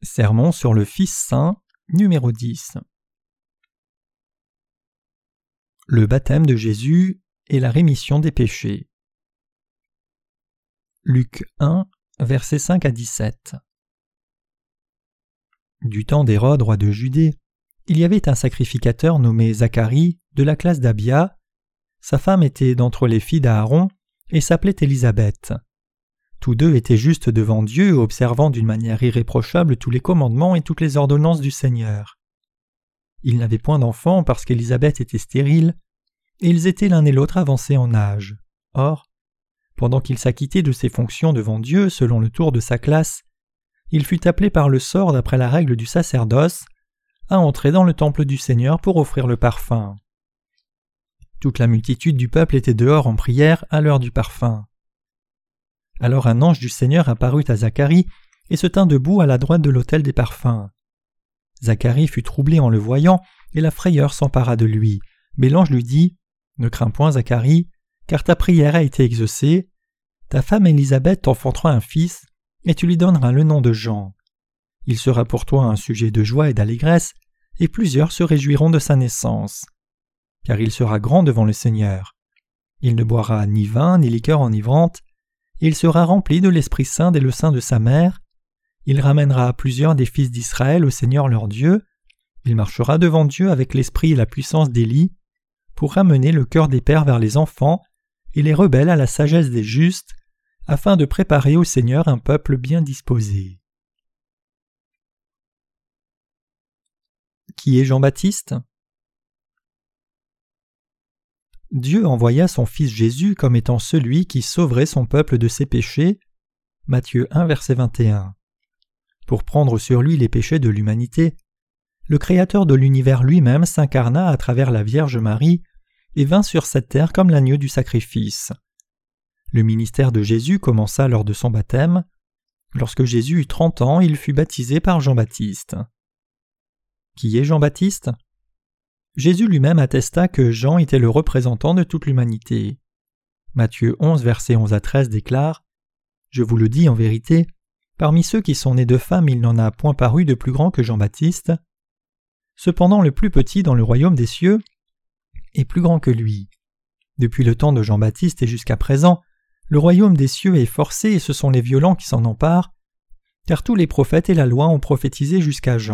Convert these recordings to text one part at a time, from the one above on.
Sermon sur le Fils saint, numéro 10. Le baptême de Jésus et la rémission des péchés. Luc 1, versets 5 à 17. Du temps d'Hérode, roi de Judée, il y avait un sacrificateur nommé Zacharie, de la classe d'Abia. Sa femme était d'entre les filles d'Aaron et s'appelait Élisabeth. Tous deux étaient justes devant Dieu, observant d'une manière irréprochable tous les commandements et toutes les ordonnances du Seigneur. Ils n'avaient point d'enfants parce qu'Élisabeth était stérile, et ils étaient l'un et l'autre avancés en âge. Or, pendant qu'il s'acquittait de ses fonctions devant Dieu selon le tour de sa classe, il fut appelé par le sort d'après la règle du sacerdoce à entrer dans le temple du Seigneur pour offrir le parfum. Toute la multitude du peuple était dehors en prière à l'heure du parfum. Alors un ange du Seigneur apparut à Zacharie et se tint debout à la droite de l'autel des parfums. Zacharie fut troublé en le voyant, et la frayeur s'empara de lui. Mais l'ange lui dit : « Ne crains point, Zacharie, car ta prière a été exaucée. Ta femme Élisabeth t'enfantera un fils, et tu lui donneras le nom de Jean. Il sera pour toi un sujet de joie et d'allégresse, et plusieurs se réjouiront de sa naissance. Car il sera grand devant le Seigneur. Il ne boira ni vin ni liqueur enivrante. Il sera rempli de l'Esprit Saint dès le sein de sa mère. Il ramènera plusieurs des fils d'Israël au Seigneur leur Dieu. Il marchera devant Dieu avec l'esprit et la puissance d'Élie, pour ramener le cœur des pères vers les enfants et les rebelles à la sagesse des justes, afin de préparer au Seigneur un peuple bien disposé. » Qui est Jean-Baptiste ? Dieu envoya son Fils Jésus comme étant celui qui sauverait son peuple de ses péchés, Matthieu 1, verset 21. Pour prendre sur lui les péchés de l'humanité, le Créateur de l'univers lui-même s'incarna à travers la Vierge Marie et vint sur cette terre comme l'agneau du sacrifice. Le ministère de Jésus commença lors de son baptême. Lorsque Jésus eut 30 ans, il fut baptisé par Jean-Baptiste. Qui est Jean-Baptiste ? Jésus lui-même attesta que Jean était le représentant de toute l'humanité. Matthieu 11, versets 11 à 13 déclare : « Je vous le dis en vérité, parmi ceux qui sont nés de femmes, il n'en a point paru de plus grand que Jean-Baptiste. Cependant, le plus petit dans le royaume des cieux est plus grand que lui. Depuis le temps de Jean-Baptiste et jusqu'à présent, le royaume des cieux est forcé et ce sont les violents qui s'en emparent, car tous les prophètes et la loi ont prophétisé jusqu'à Jean. »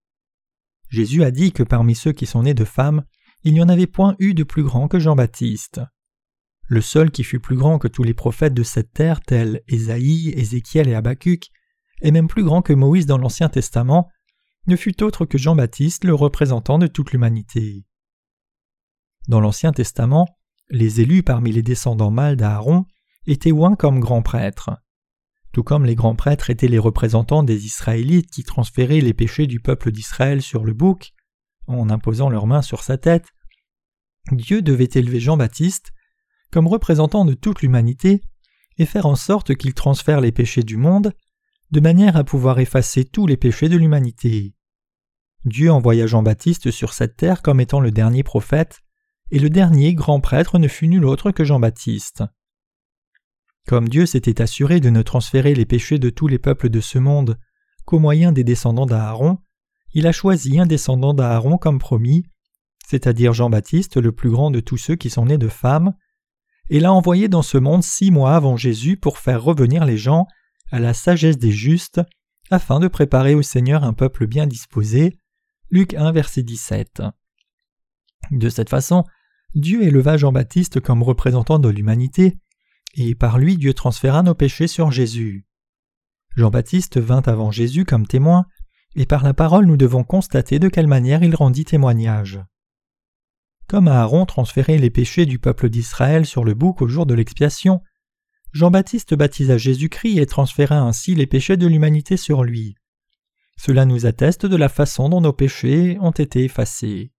Jésus a dit que parmi ceux qui sont nés de femmes, il n'y en avait point eu de plus grand que Jean-Baptiste. Le seul qui fut plus grand que tous les prophètes de cette terre, tels Ésaïe, Ézéchiel et Habacuc, et même plus grand que Moïse dans l'Ancien Testament, ne fut autre que Jean-Baptiste, le représentant de toute l'humanité. Dans l'Ancien Testament, les élus parmi les descendants mâles d'Aaron étaient oints comme grands prêtres. Tout comme les grands prêtres étaient les représentants des Israélites qui transféraient les péchés du peuple d'Israël sur le bouc, en imposant leurs mains sur sa tête, Dieu devait élever Jean-Baptiste comme représentant de toute l'humanité et faire en sorte qu'il transfère les péchés du monde, de manière à pouvoir effacer tous les péchés de l'humanité. Dieu envoya Jean-Baptiste sur cette terre comme étant le dernier prophète, et le dernier grand prêtre ne fut nul autre que Jean-Baptiste. Comme Dieu s'était assuré de ne transférer les péchés de tous les peuples de ce monde qu'au moyen des descendants d'Aaron, il a choisi un descendant d'Aaron comme promis, c'est-à-dire Jean-Baptiste, le plus grand de tous ceux qui sont nés de femmes, et l'a envoyé dans ce monde 6 mois avant Jésus pour faire revenir les gens à la sagesse des justes, afin de préparer au Seigneur un peuple bien disposé. Luc 1, verset 17. De cette façon, Dieu éleva Jean-Baptiste comme représentant de l'humanité, et par lui Dieu transféra nos péchés sur Jésus. Jean-Baptiste vint avant Jésus comme témoin, et par la parole nous devons constater de quelle manière il rendit témoignage. Comme Aaron transférait les péchés du peuple d'Israël sur le bouc au jour de l'expiation, Jean-Baptiste baptisa Jésus-Christ et transféra ainsi les péchés de l'humanité sur lui. Cela nous atteste de la façon dont nos péchés ont été effacés.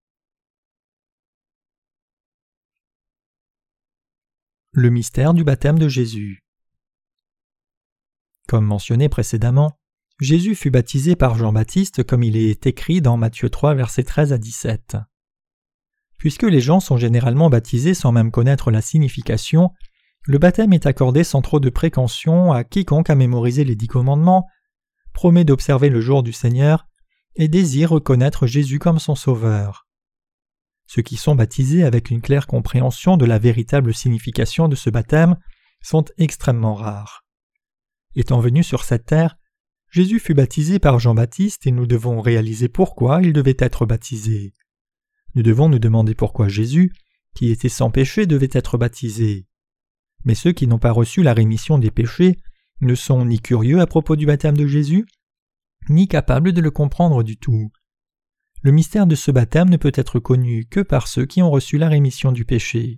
Le mystère du baptême de Jésus. Comme mentionné précédemment, Jésus fut baptisé par Jean-Baptiste comme il est écrit dans Matthieu 3, versets 13 à 17. Puisque les gens sont généralement baptisés sans même connaître la signification, le baptême est accordé sans trop de précaution à quiconque a mémorisé les 10 commandements, promet d'observer le jour du Seigneur et désire reconnaître Jésus comme son Sauveur. Ceux qui sont baptisés avec une claire compréhension de la véritable signification de ce baptême sont extrêmement rares. Étant venu sur cette terre, Jésus fut baptisé par Jean-Baptiste et nous devons réaliser pourquoi il devait être baptisé. Nous devons nous demander pourquoi Jésus, qui était sans péché, devait être baptisé. Mais ceux qui n'ont pas reçu la rémission des péchés ne sont ni curieux à propos du baptême de Jésus, ni capables de le comprendre du tout. Le mystère de ce baptême ne peut être connu que par ceux qui ont reçu la rémission du péché.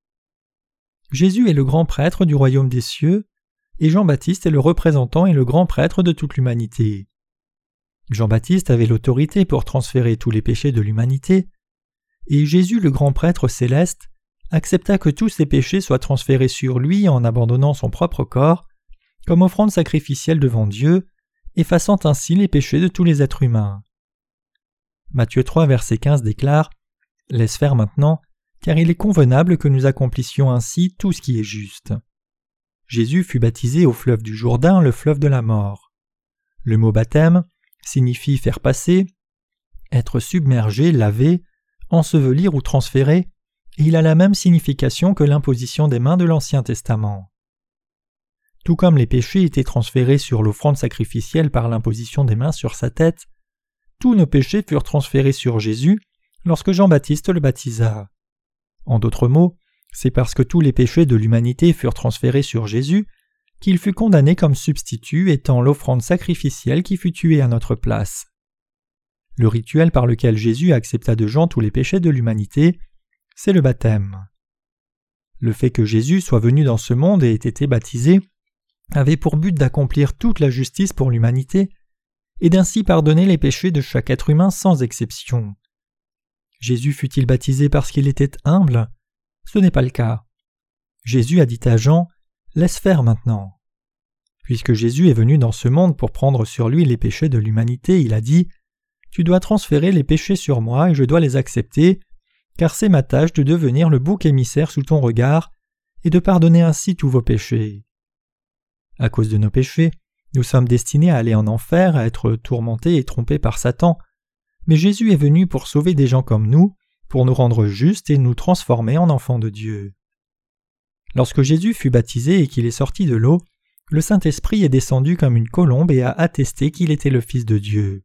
Jésus est le grand prêtre du royaume des cieux, et Jean-Baptiste est le représentant et le grand prêtre de toute l'humanité. Jean-Baptiste avait l'autorité pour transférer tous les péchés de l'humanité, et Jésus, le grand prêtre céleste, accepta que tous ces péchés soient transférés sur lui en abandonnant son propre corps, comme offrande sacrificielle devant Dieu, effaçant ainsi les péchés de tous les êtres humains. Matthieu 3, verset 15 déclare « Laisse faire maintenant, car il est convenable que nous accomplissions ainsi tout ce qui est juste. » Jésus fut baptisé au fleuve du Jourdain, le fleuve de la mort. Le mot baptême signifie faire passer, être submergé, laver, ensevelir ou transférer, et il a la même signification que l'imposition des mains de l'Ancien Testament. Tout comme les péchés étaient transférés sur l'offrande sacrificielle par l'imposition des mains sur sa tête, tous nos péchés furent transférés sur Jésus lorsque Jean-Baptiste le baptisa. En d'autres mots, c'est parce que tous les péchés de l'humanité furent transférés sur Jésus qu'il fut condamné comme substitut étant l'offrande sacrificielle qui fut tuée à notre place. Le rituel par lequel Jésus accepta de Jean tous les péchés de l'humanité, c'est le baptême. Le fait que Jésus soit venu dans ce monde et ait été baptisé avait pour but d'accomplir toute la justice pour l'humanité et d'ainsi pardonner les péchés de chaque être humain sans exception. Jésus fut-il baptisé parce qu'il était humble ? Ce n'est pas le cas. Jésus a dit à Jean « Laisse faire maintenant ». Puisque Jésus est venu dans ce monde pour prendre sur lui les péchés de l'humanité, il a dit « Tu dois transférer les péchés sur moi et je dois les accepter, car c'est ma tâche de devenir le bouc émissaire sous ton regard et de pardonner ainsi tous vos péchés. » À cause de nos péchés, nous sommes destinés à aller en enfer, à être tourmentés et trompés par Satan, mais Jésus est venu pour sauver des gens comme nous, pour nous rendre justes et nous transformer en enfants de Dieu. Lorsque Jésus fut baptisé et qu'il est sorti de l'eau, le Saint-Esprit est descendu comme une colombe et a attesté qu'il était le Fils de Dieu.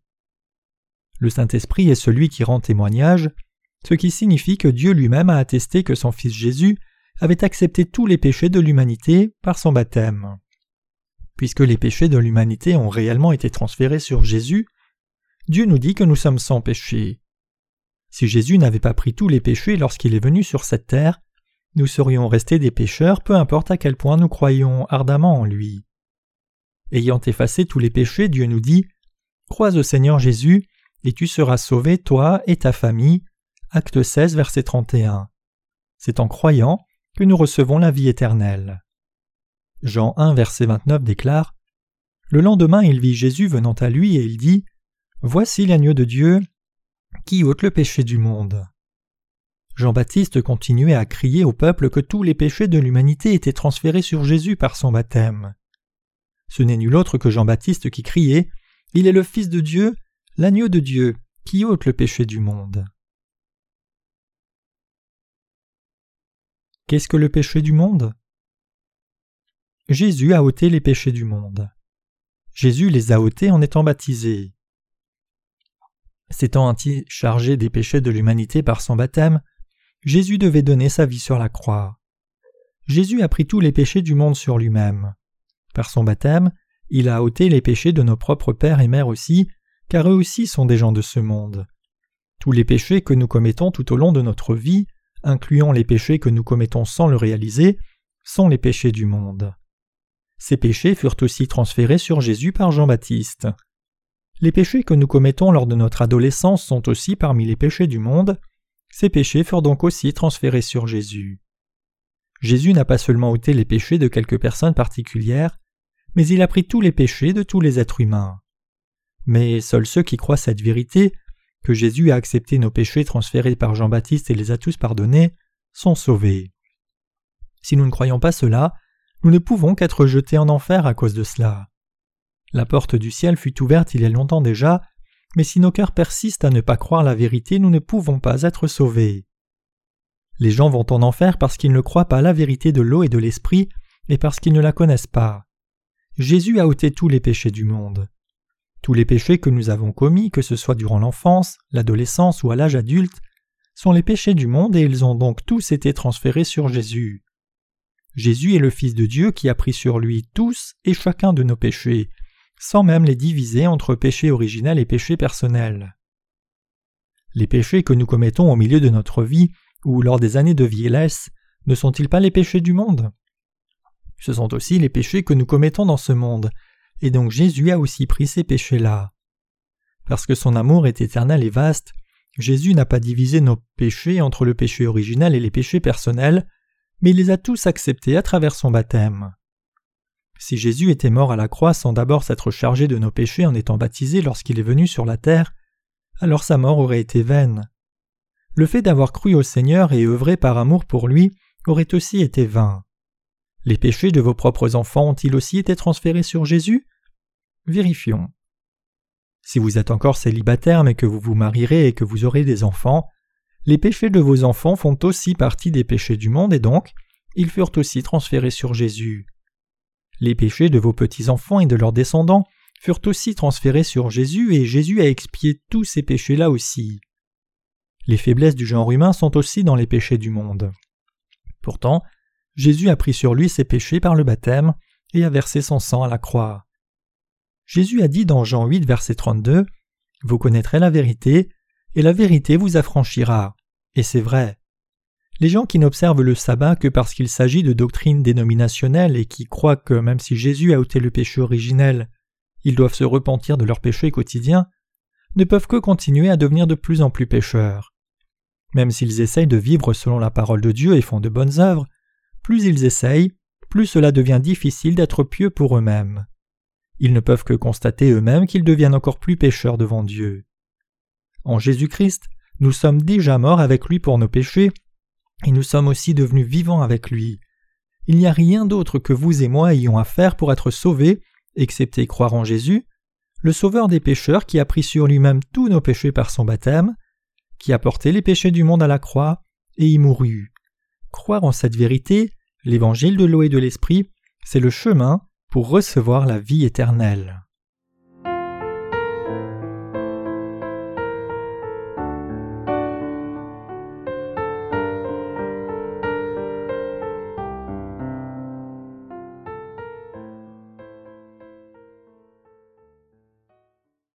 Le Saint-Esprit est celui qui rend témoignage, ce qui signifie que Dieu lui-même a attesté que son Fils Jésus avait accepté tous les péchés de l'humanité par son baptême. Puisque les péchés de l'humanité ont réellement été transférés sur Jésus, Dieu nous dit que nous sommes sans péché. Si Jésus n'avait pas pris tous les péchés lorsqu'il est venu sur cette terre, nous serions restés des pécheurs peu importe à quel point nous croyons ardemment en lui. Ayant effacé tous les péchés, Dieu nous dit « Crois au Seigneur Jésus, et tu seras sauvé, toi et ta famille. » Acte 16, verset 31. C'est en croyant que nous recevons la vie éternelle. Jean 1, verset 29 déclare « Le lendemain, il vit Jésus venant à lui et il dit « Voici l'agneau de Dieu qui ôte le péché du monde. » Jean-Baptiste continuait à crier au peuple que tous les péchés de l'humanité étaient transférés sur Jésus par son baptême. Ce n'est nul autre que Jean-Baptiste qui criait « Il est le Fils de Dieu, l'agneau de Dieu, qui ôte le péché du monde. » Qu'est-ce que le péché du monde ? Jésus a ôté les péchés du monde. Jésus les a ôtés en étant baptisé. S'étant ainsi chargé des péchés de l'humanité par son baptême, Jésus devait donner sa vie sur la croix. Jésus a pris tous les péchés du monde sur lui-même. Par son baptême, il a ôté les péchés de nos propres pères et mères aussi, car eux aussi sont des gens de ce monde. Tous les péchés que nous commettons tout au long de notre vie, incluant les péchés que nous commettons sans le réaliser, sont les péchés du monde. Ces péchés furent aussi transférés sur Jésus par Jean-Baptiste. Les péchés que nous commettons lors de notre adolescence sont aussi parmi les péchés du monde. Ces péchés furent donc aussi transférés sur Jésus. Jésus n'a pas seulement ôté les péchés de quelques personnes particulières, mais il a pris tous les péchés de tous les êtres humains. Mais seuls ceux qui croient cette vérité, que Jésus a accepté nos péchés transférés par Jean-Baptiste et les a tous pardonnés, sont sauvés. Si nous ne croyons pas cela, nous ne pouvons qu'être jetés en enfer à cause de cela. La porte du ciel fut ouverte il y a longtemps déjà, mais si nos cœurs persistent à ne pas croire la vérité, nous ne pouvons pas être sauvés. Les gens vont en enfer parce qu'ils ne croient pas la vérité de l'eau et de l'esprit et parce qu'ils ne la connaissent pas. Jésus a ôté tous les péchés du monde. Tous les péchés que nous avons commis, que ce soit durant l'enfance, l'adolescence ou à l'âge adulte, sont les péchés du monde et ils ont donc tous été transférés sur Jésus. Jésus est le Fils de Dieu qui a pris sur lui tous et chacun de nos péchés, sans même les diviser entre péché originel et péché personnel. Les péchés que nous commettons au milieu de notre vie ou lors des années de vieillesse ne sont-ils pas les péchés du monde ? Ce sont aussi les péchés que nous commettons dans ce monde, et donc Jésus a aussi pris ces péchés-là. Parce que son amour est éternel et vaste, Jésus n'a pas divisé nos péchés entre le péché originel et les péchés personnels, mais il les a tous acceptés à travers son baptême. Si Jésus était mort à la croix sans d'abord s'être chargé de nos péchés en étant baptisé lorsqu'il est venu sur la terre, alors sa mort aurait été vaine. Le fait d'avoir cru au Seigneur et œuvré par amour pour lui aurait aussi été vain. Les péchés de vos propres enfants ont-ils aussi été transférés sur Jésus ? Vérifions. Si vous êtes encore célibataire mais que vous vous marierez et que vous aurez des enfants, les péchés de vos enfants font aussi partie des péchés du monde et donc, ils furent aussi transférés sur Jésus. Les péchés de vos petits-enfants et de leurs descendants furent aussi transférés sur Jésus et Jésus a expié tous ces péchés-là aussi. Les faiblesses du genre humain sont aussi dans les péchés du monde. Pourtant, Jésus a pris sur lui ses péchés par le baptême et a versé son sang à la croix. Jésus a dit dans Jean 8, verset 32, « Vous connaîtrez la vérité, et la vérité vous affranchira. » Et c'est vrai. Les gens qui n'observent le sabbat que parce qu'il s'agit de doctrines dénominationnelles et qui croient que même si Jésus a ôté le péché originel, ils doivent se repentir de leurs péchés quotidiens, ne peuvent que continuer à devenir de plus en plus pécheurs. Même s'ils essayent de vivre selon la parole de Dieu et font de bonnes œuvres, plus ils essayent, plus cela devient difficile d'être pieux pour eux-mêmes. Ils ne peuvent que constater eux-mêmes qu'ils deviennent encore plus pécheurs devant Dieu. En Jésus-Christ, nous sommes déjà morts avec lui pour nos péchés, et nous sommes aussi devenus vivants avec lui. Il n'y a rien d'autre que vous et moi ayons à faire pour être sauvés, excepté croire en Jésus, le Sauveur des pécheurs qui a pris sur lui-même tous nos péchés par son baptême, qui a porté les péchés du monde à la croix et y mourut. Croire en cette vérité, l'évangile de l'eau et de l'esprit, c'est le chemin pour recevoir la vie éternelle.